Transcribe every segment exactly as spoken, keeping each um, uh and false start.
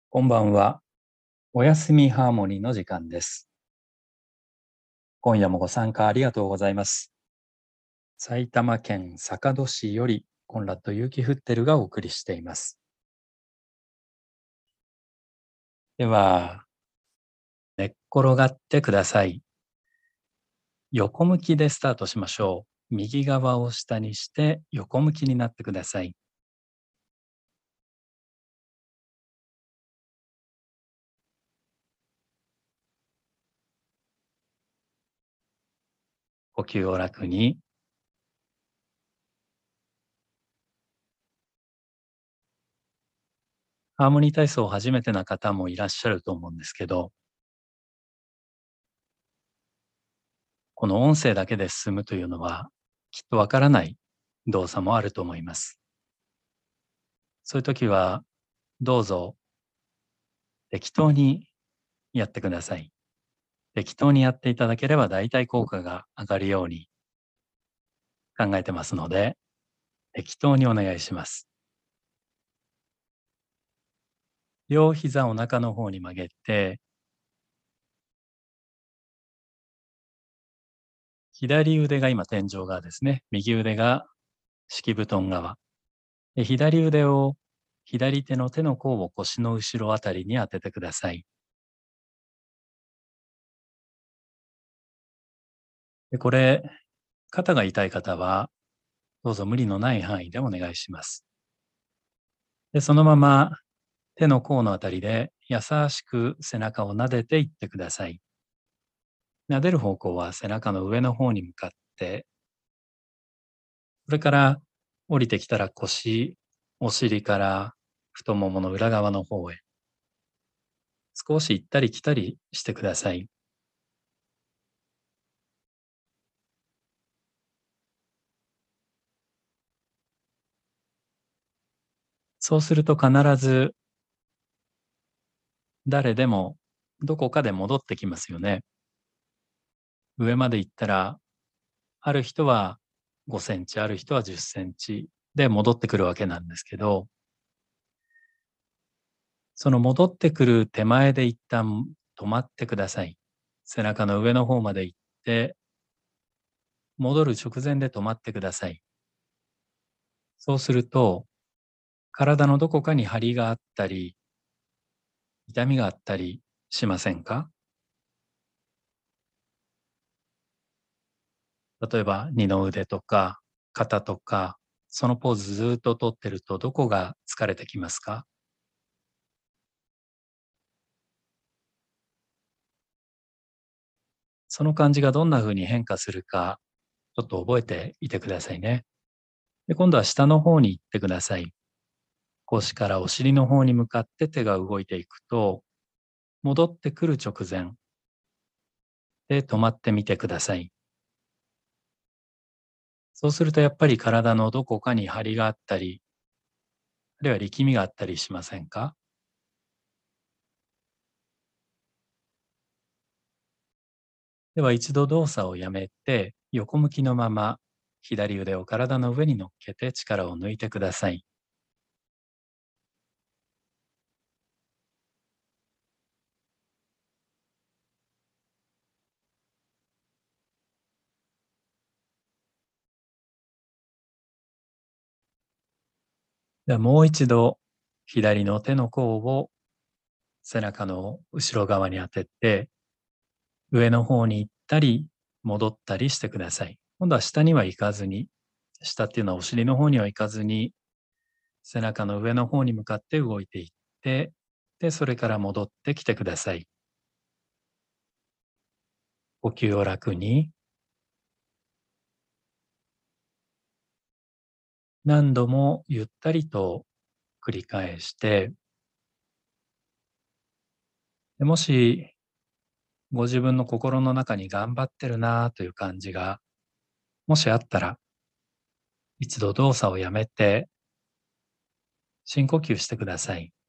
こんばんは。おやすみハーモニーの時間です。今夜もご参加ありがとうございます。埼玉県坂戸市よりコンラッド・ユーキフッテルがお送りしています。では、寝っ転がってください。横向きでスタートしましょう。右側を下にして横向きになってください。呼吸を楽に。ハーモニー体操初めてな方もいらっしゃると思うんですけど、この音声だけで進むというのはきっとわからない動作もあると思います。そういう時はどうぞ適当にやってください。適当にやっていただければ大体効果が上がるように考えてますので、適当にお願いします。両膝お腹の方に曲げて、左腕が今天井側ですね。右腕が敷布団側。で左腕を左手の手の甲を腰の後ろあたりに当ててください。でこれ、肩が痛い方は、どうぞ無理のない範囲でお願いします。でそのまま手の甲のあたりで優しく背中を撫でていってください。撫でる方向は背中の上の方に向かって、それから降りてきたら腰、お尻から太ももの裏側の方へ、少し行ったり来たりしてください。そうすると必ず誰でもどこかで戻ってきますよね。上まで行ったら、ある人はごセンチ、ある人はじゅっセンチで戻ってくるわけなんですけど、その戻ってくる手前で一旦止まってください。背中の上の方まで行って、戻る直前で止まってください。そうすると、体のどこかに張りがあったり、痛みがあったりしませんか？例えば二の腕とか肩とか、そのポーズずっととってるとどこが疲れてきますか？その感じがどんな風に変化するか、ちょっと覚えていてくださいね。で、今度は下の方に行ってください。腰からお尻の方に向かって手が動いていくと、戻ってくる直前で止まってみてください。そうするとやっぱり体のどこかに張りがあったり、あるいは力みがあったりしませんか？では一度動作をやめて、横向きのまま左腕を体の上に乗っけて力を抜いてください。ではもう一度左の手の甲を背中の後ろ側に当てて、上の方に行ったり戻ったりしてください。今度は下には行かずに、下っていうのはお尻の方には行かずに、背中の上の方に向かって動いていって、で、それから戻ってきてください。呼吸を楽に何度もゆったりと繰り返して、でもしご自分の心の中に頑張ってるなという感じがもしあったら、一度動作をやめて深呼吸してください。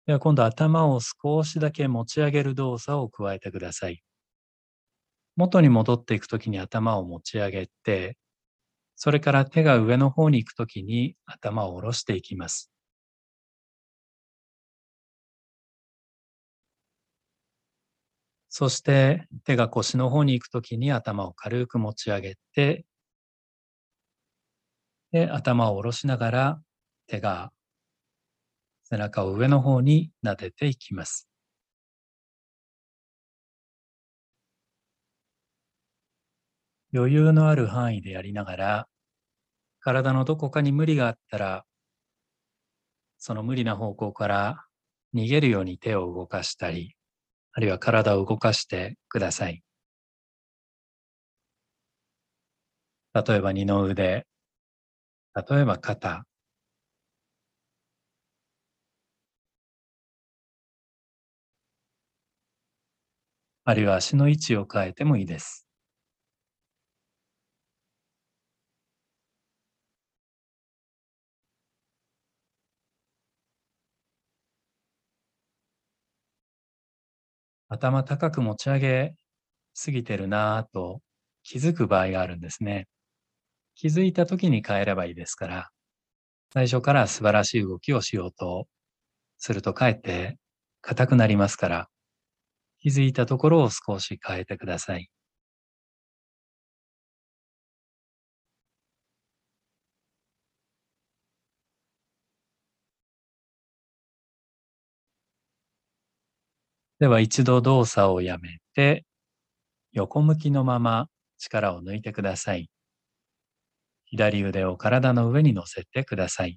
では今度頭を少しだけ持ち上げる動作を加えてください。元に戻っていくときに頭を持ち上げて、それから手が上の方に行くときに頭を下ろしていきます。そして手が腰の方に行くときに頭を軽く持ち上げて、で、頭を下ろしながら手が背中を上の方に撫でていきます。余裕のある範囲でやりながら、体のどこかに無理があったら、その無理な方向から逃げるように手を動かしたり、あるいは体を動かしてください。例えば二の腕、例えば肩、あるいは足の位置を変えてもいいです。頭高く持ち上げすぎてるなぁと気づく場合があるんですね。気づいた時に変えればいいですから、最初から素晴らしい動きをしようとするとかえって硬くなりますから、気づいたところを少し変えてください。では一度動作をやめて、横向きのまま力を抜いてください。左腕を体の上に乗せてください。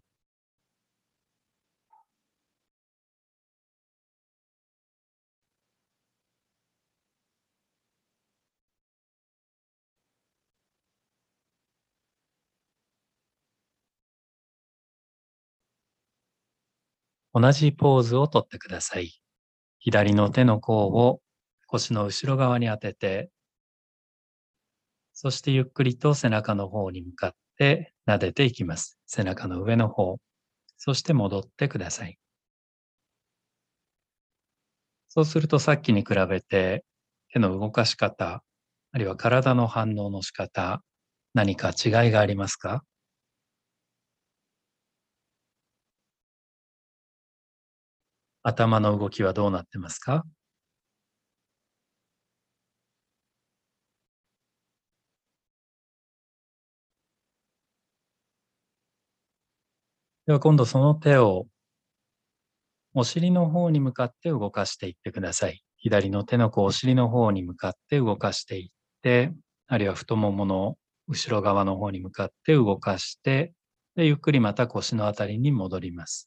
同じポーズをとってください。左の手の甲を腰の後ろ側に当てて、そしてゆっくりと背中の方に向かって撫でていきます。背中の上の方、そして戻ってください。そうするとさっきに比べて手の動かし方、あるいは体の反応の仕方、何か違いがありますか？頭の動きはどうなってますか？では今度その手をお尻の方に向かって動かしていってください。左の手の甲をお尻の方に向かって動かしていって、あるいは太ももの後ろ側の方に向かって動かして、でゆっくりまた腰のあたりに戻ります。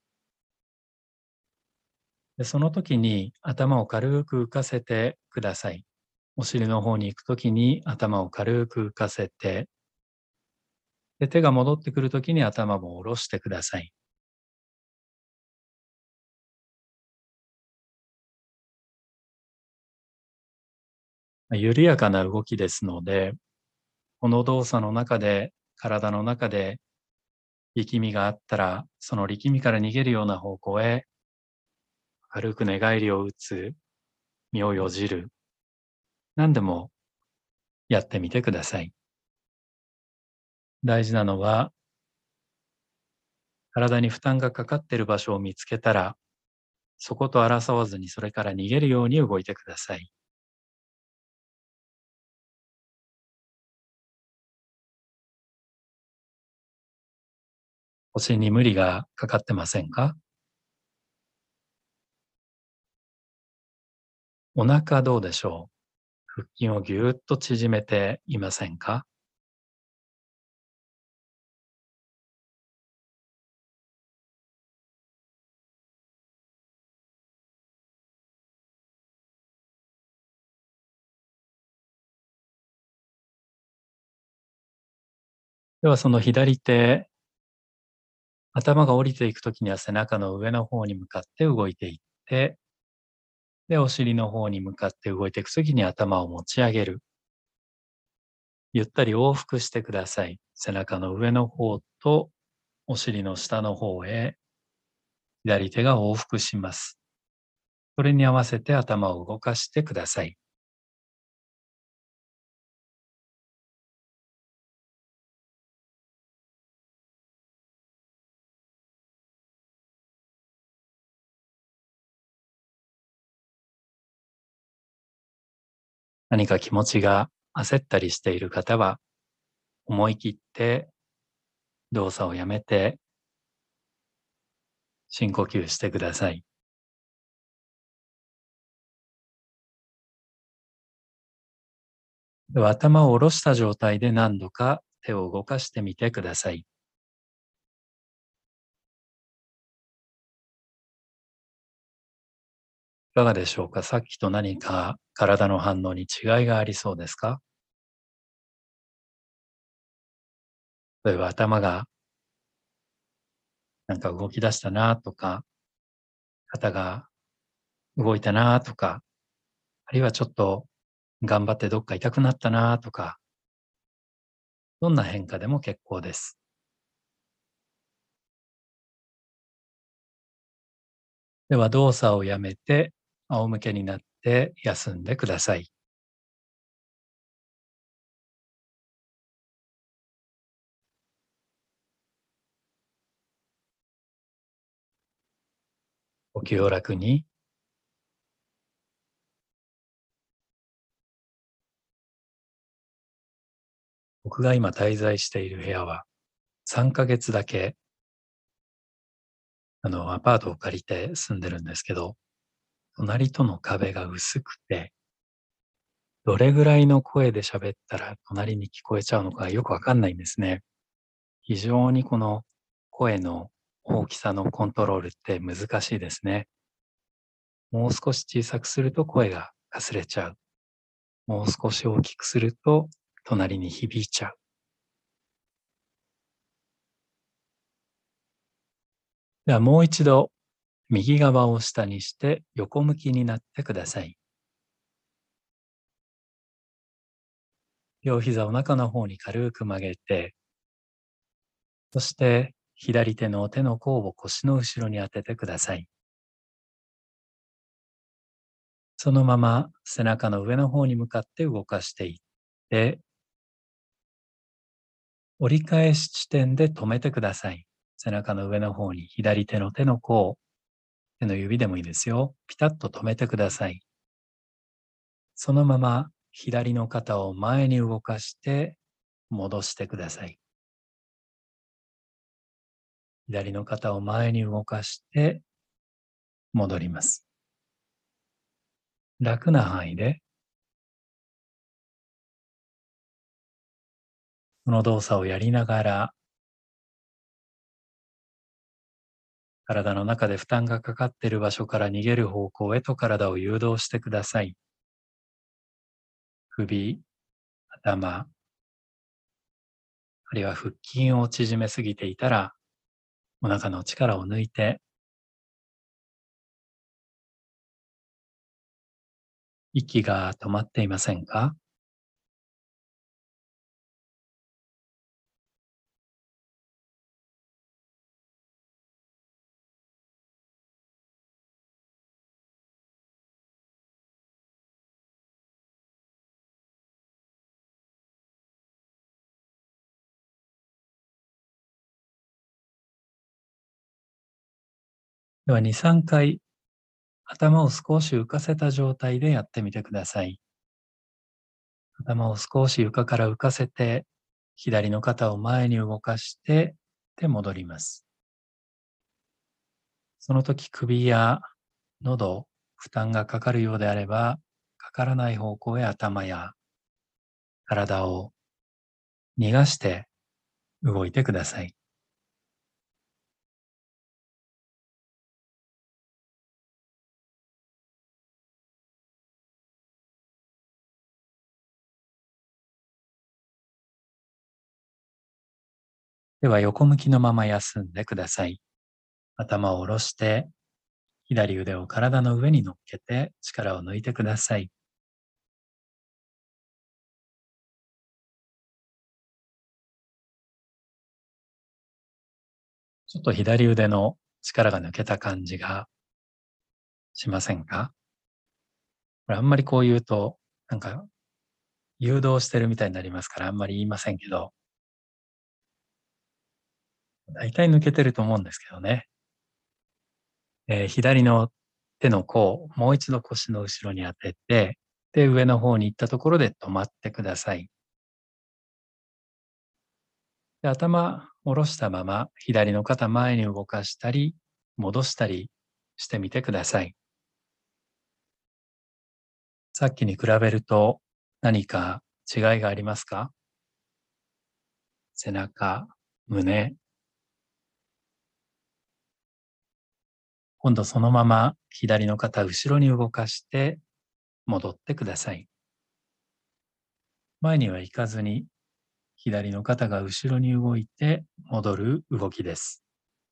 でその時に頭を軽く浮かせてください。お尻の方に行く時に頭を軽く浮かせて、で手が戻ってくる時に頭も下ろしてください。緩やかな動きですので、この動作の中で、体の中で力みがあったら、その力みから逃げるような方向へ軽く寝返りを打つ、身をよじる、何でもやってみてください。大事なのは、体に負担がかかっている場所を見つけたら、そこと争わずにそれから逃げるように動いてください。腰に無理がかかってませんか？お腹どうでしょう？腹筋をぎゅーっと縮めていませんか？ではその左手、頭が降りていくときには背中の上の方に向かって動いていって、で、お尻の方に向かって動いていくときに頭を持ち上げる。ゆったり往復してください。背中の上の方とお尻の下の方へ左手が往復します。それに合わせて頭を動かしてください。何か気持ちが焦ったりしている方は、思い切って動作をやめて深呼吸してください。では頭を下ろした状態で何度か手を動かしてみてください。いかがでしょうか？さっきと何か体の反応に違いがありそうですか？例えば頭がなんか動き出したなとか、肩が動いたなとか、あるいはちょっと頑張ってどっか痛くなったなとか、どんな変化でも結構です。では動作をやめて仰向けになって休んでください。呼吸を楽に。僕が今滞在している部屋はさんかげつだけあのアパートを借りて住んでるんですけど、隣との壁が薄くて、どれぐらいの声で喋ったら隣に聞こえちゃうのかよくわかんないんですね。非常にこの声の大きさのコントロールって難しいですね。もう少し小さくすると声がかすれちゃう。もう少し大きくすると隣に響いちゃう。ではもう一度右側を下にして横向きになってください。両膝を中の方に軽く曲げて、そして左手の手の甲を腰の後ろに当ててください。そのまま背中の上の方に向かって動かしていって、折り返し地点で止めてください。背中の上の方に左手の手の甲、手の指でもいいですよ。ピタッと止めてください。そのまま左の肩を前に動かして戻してください。左の肩を前に動かして戻ります。楽な範囲でこの動作をやりながら、体の中で負担がかかっている場所から逃げる方向へと体を誘導してください。首、頭、あるいは腹筋を縮めすぎていたら、お腹の力を抜いて、息が止まっていませんか？ではに、さんかい頭を少し浮かせた状態でやってみてください。頭を少し床から浮かせて、左の肩を前に動かして、で戻ります。その時首や喉、負担がかかるようであれば、かからない方向へ頭や体を逃がして動いてください。では横向きのまま休んでください。頭を下ろして、左腕を体の上に乗っけて力を抜いてください。ちょっと左腕の力が抜けた感じがしませんか？これあんまりこう言うと、なんか誘導してるみたいになりますからあんまり言いませんけど、大体抜けてると思うんですけどね。えー左の手の甲をもう一度腰の後ろに当てて、で、上の方に行ったところで止まってください。で、頭下ろしたまま左の肩前に動かしたり、戻したりしてみてください。さっきに比べると何か違いがありますか？背中、胸。今度そのまま左の肩後ろに動かして戻ってください。前には行かずに左の肩が後ろに動いて戻る動きです。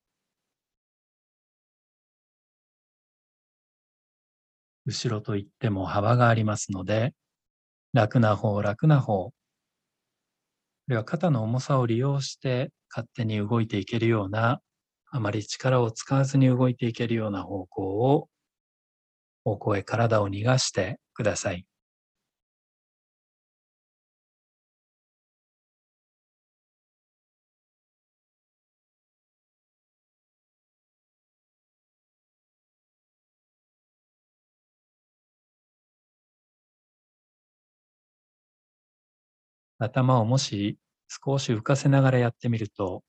後ろといっても幅がありますので、楽な方楽な方、これは肩の重さを利用して勝手に動いていけるような、あまり力を使わずに動いていけるような方向を、方向へ体を逃がしてください。頭をもし少し浮かせながらやってみると、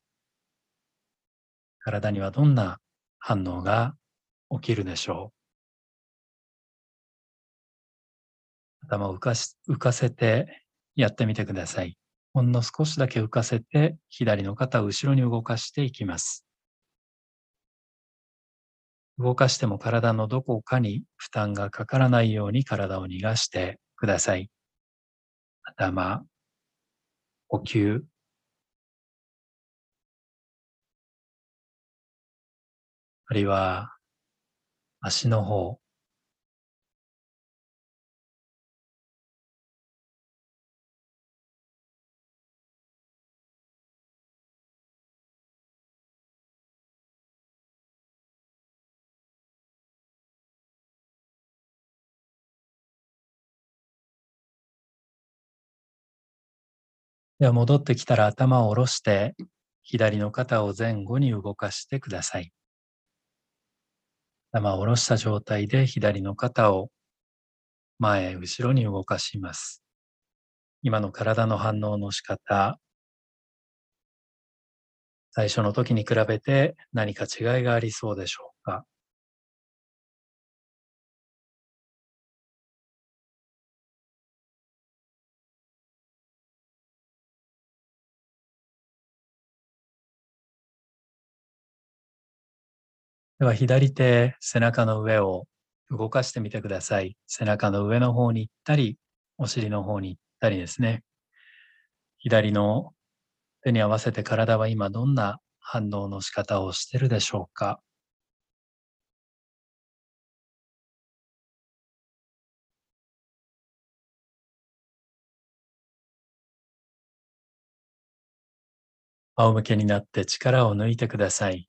体にはどんな反応が起きるでしょう。頭を浮かし、浮かせてやってみてください。ほんの少しだけ浮かせて、左の肩を後ろに動かしていきます。動かしても体のどこかに負担がかからないように体を逃がしてください。頭、呼吸、あるいは足の方、では戻ってきたら頭を下ろして、左の肩を前後に動かしてください。頭を下ろした状態で左の肩を前、後ろに動かします。今の体の反応の仕方、最初の時に比べて何か違いがありそうでしょうか？では左手、背中の上を動かしてみてください。背中の上の方に行ったり、お尻の方に行ったりですね。左の手に合わせて体は今どんな反応の仕方をしているでしょうか？仰向けになって力を抜いてください。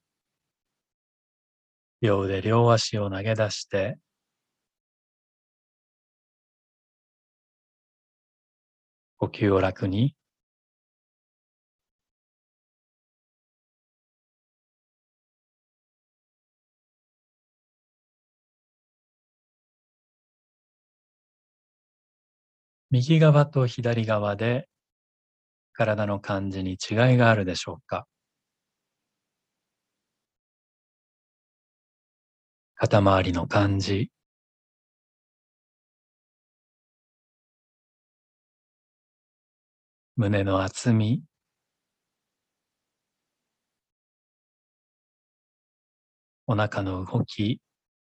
両腕、両足を投げ出して、呼吸を楽に。右側と左側で体の感じに違いがあるでしょうか？肩周りの感じ、胸の厚み、お腹の動き、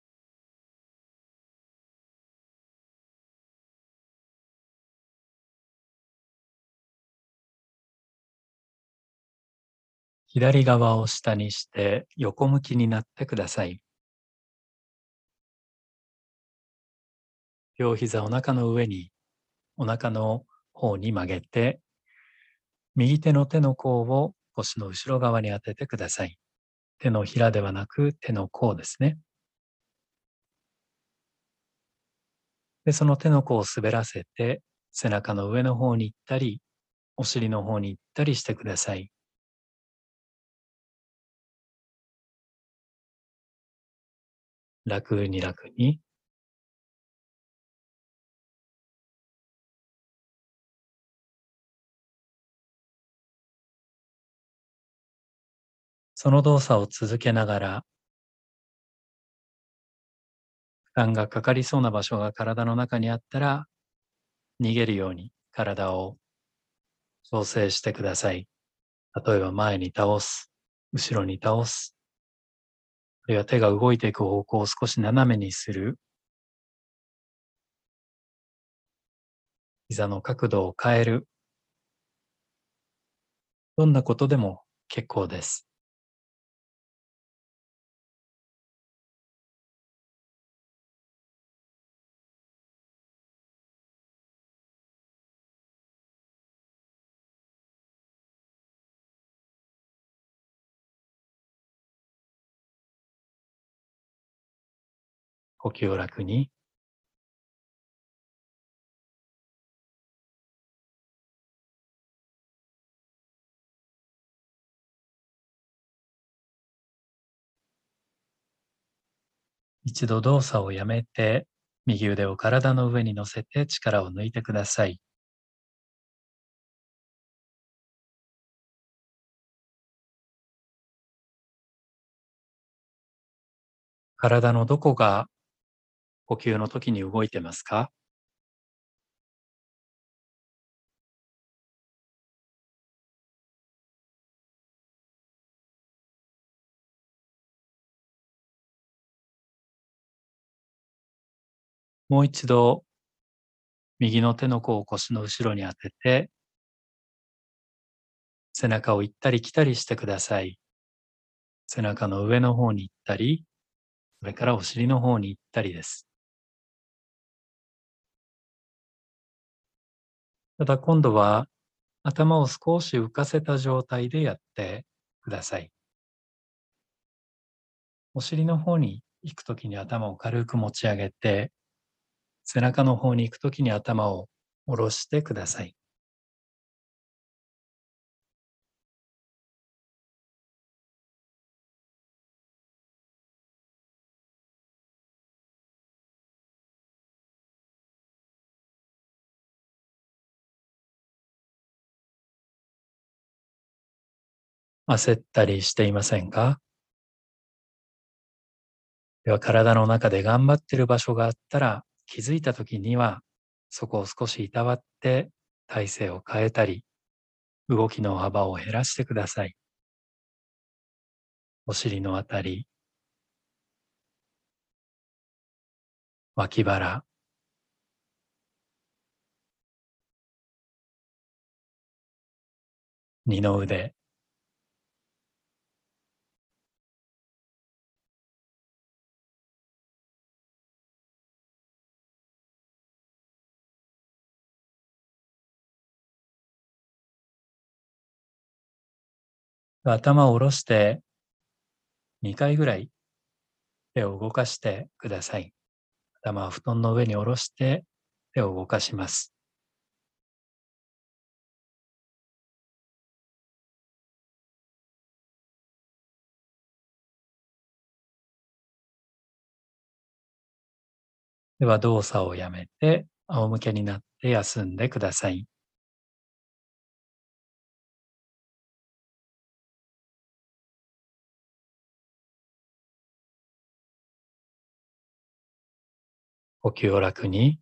左側を下にして横向きになってください。両膝お腹の上に、お腹の方に曲げて、右手の手の甲を腰の後ろ側に当ててください。 手のひらではなく手の甲ですね。で、その手の甲を滑らせて、背中の上の方に行ったり、お尻の方に行ったりしてください。楽に楽に。その動作を続けながら、負担がかかりそうな場所が体の中にあったら、逃げるように体を調整してください。例えば前に倒す、後ろに倒す、あるいは手が動いていく方向を少し斜めにする、膝の角度を変える、どんなことでも結構です。呼吸を楽に。一度動作をやめて、右腕を体の上に乗せて力を抜いてください。体のどこが呼吸の時に動いてますか？もう一度、右の手の甲を腰の後ろに当てて、背中を行ったり来たりしてください。背中の上の方に行ったり、それからお尻の方に行ったりです。ただ今度は頭を少し浮かせた状態でやってください。お尻の方に行くときに頭を軽く持ち上げて、背中の方に行くときに頭を下ろしてください。焦ったりしていませんか？では体の中で頑張っている場所があったら、気づいたときにはそこを少しいたわって体勢を変えたり、動きの幅を減らしてください。お尻のあたり、脇腹、二の腕、頭を下ろしてにかいぐらい手を動かしてください。頭は布団の上に下ろして手を動かします。では動作をやめて仰向けになって休んでください。呼吸を楽に。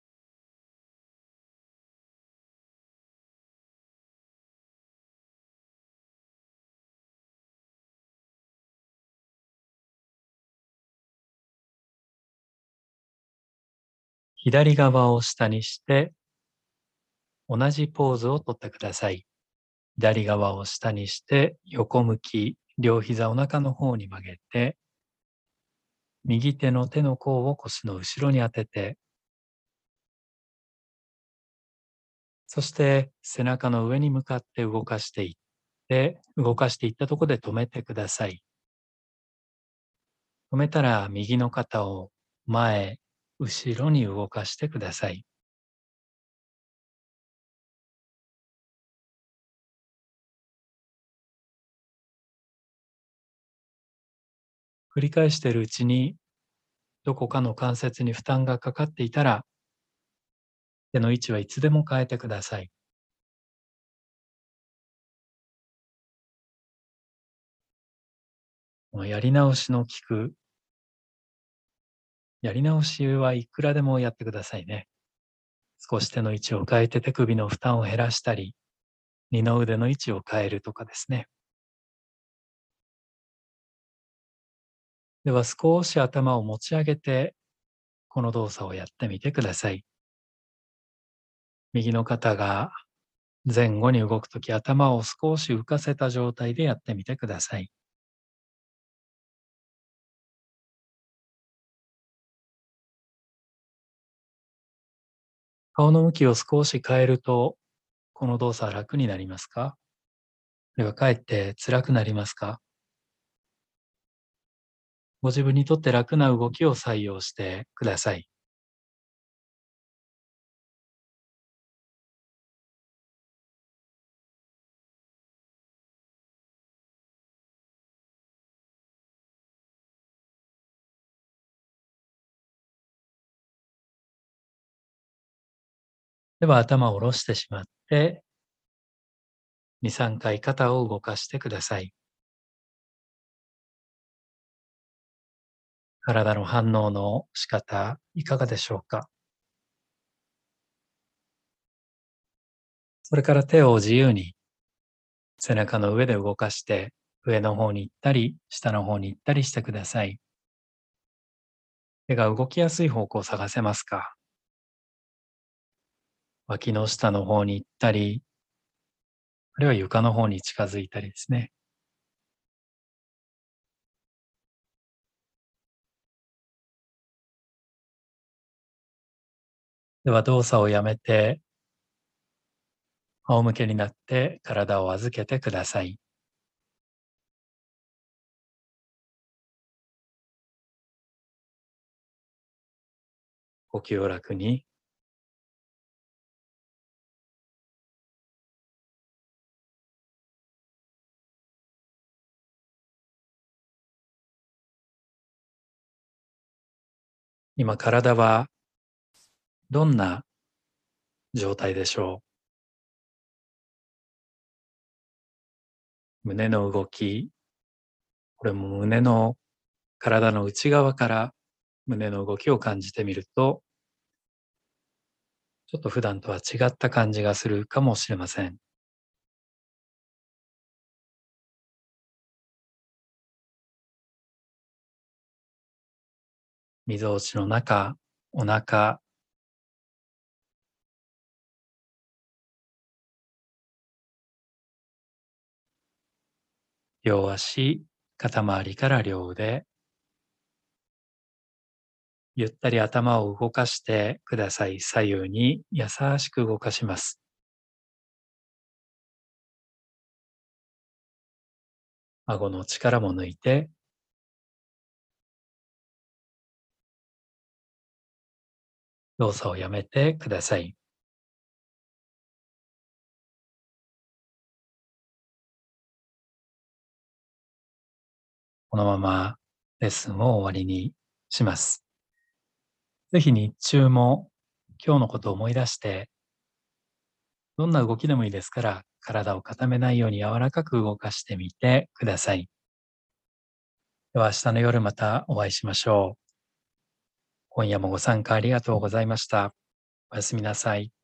左側を下にして同じポーズをとってください。左側を下にして横向き、両膝お腹の方に曲げて、右手の手の甲を腰の後ろに当てて、そして背中の上に向かって動かしていって、動かしていったところで止めてください。 止めたら右の肩を前、後ろに動かしてください。繰り返しているうちに、どこかの関節に負担がかかっていたら、手の位置はいつでも変えてください。このやり直しの効く、やり直しはいくらでもやってくださいね。少し手の位置を変えて手首の負担を減らしたり、二の腕の位置を変えるとかですね。では少し頭を持ち上げて、この動作をやってみてください。右の肩が前後に動くとき、頭を少し浮かせた状態でやってみてください。顔の向きを少し変えると、この動作は楽になりますか？あるいはかえって辛くなりますか？ご自分にとって楽な動きを採用してください。では頭を下ろしてしまって、に、さんかい肩を動かしてください。体の反応の仕方、いかがでしょうか？それから手を自由に背中の上で動かして、上の方に行ったり、下の方に行ったりしてください。手が動きやすい方向を探せますか？脇の下の方に行ったり、あるいは床の方に近づいたりですね。では動作をやめて、仰向けになって体を預けてください。呼吸を楽に。今体はどんな状態でしょう？胸の動き、これも胸の体の内側から胸の動きを感じてみると、ちょっと普段とは違った感じがするかもしれません。みぞおちの中、お腹、両足、肩周りから両腕、ゆったり頭を動かしてください。左右に優しく動かします。顎の力も抜いて、動作をやめてください。このままレッスンを終わりにします。ぜひ日中も今日のことを思い出して、どんな動きでもいいですから、体を固めないように柔らかく動かしてみてください。では明日の夜またお会いしましょう。今夜もご参加ありがとうございました。おやすみなさい。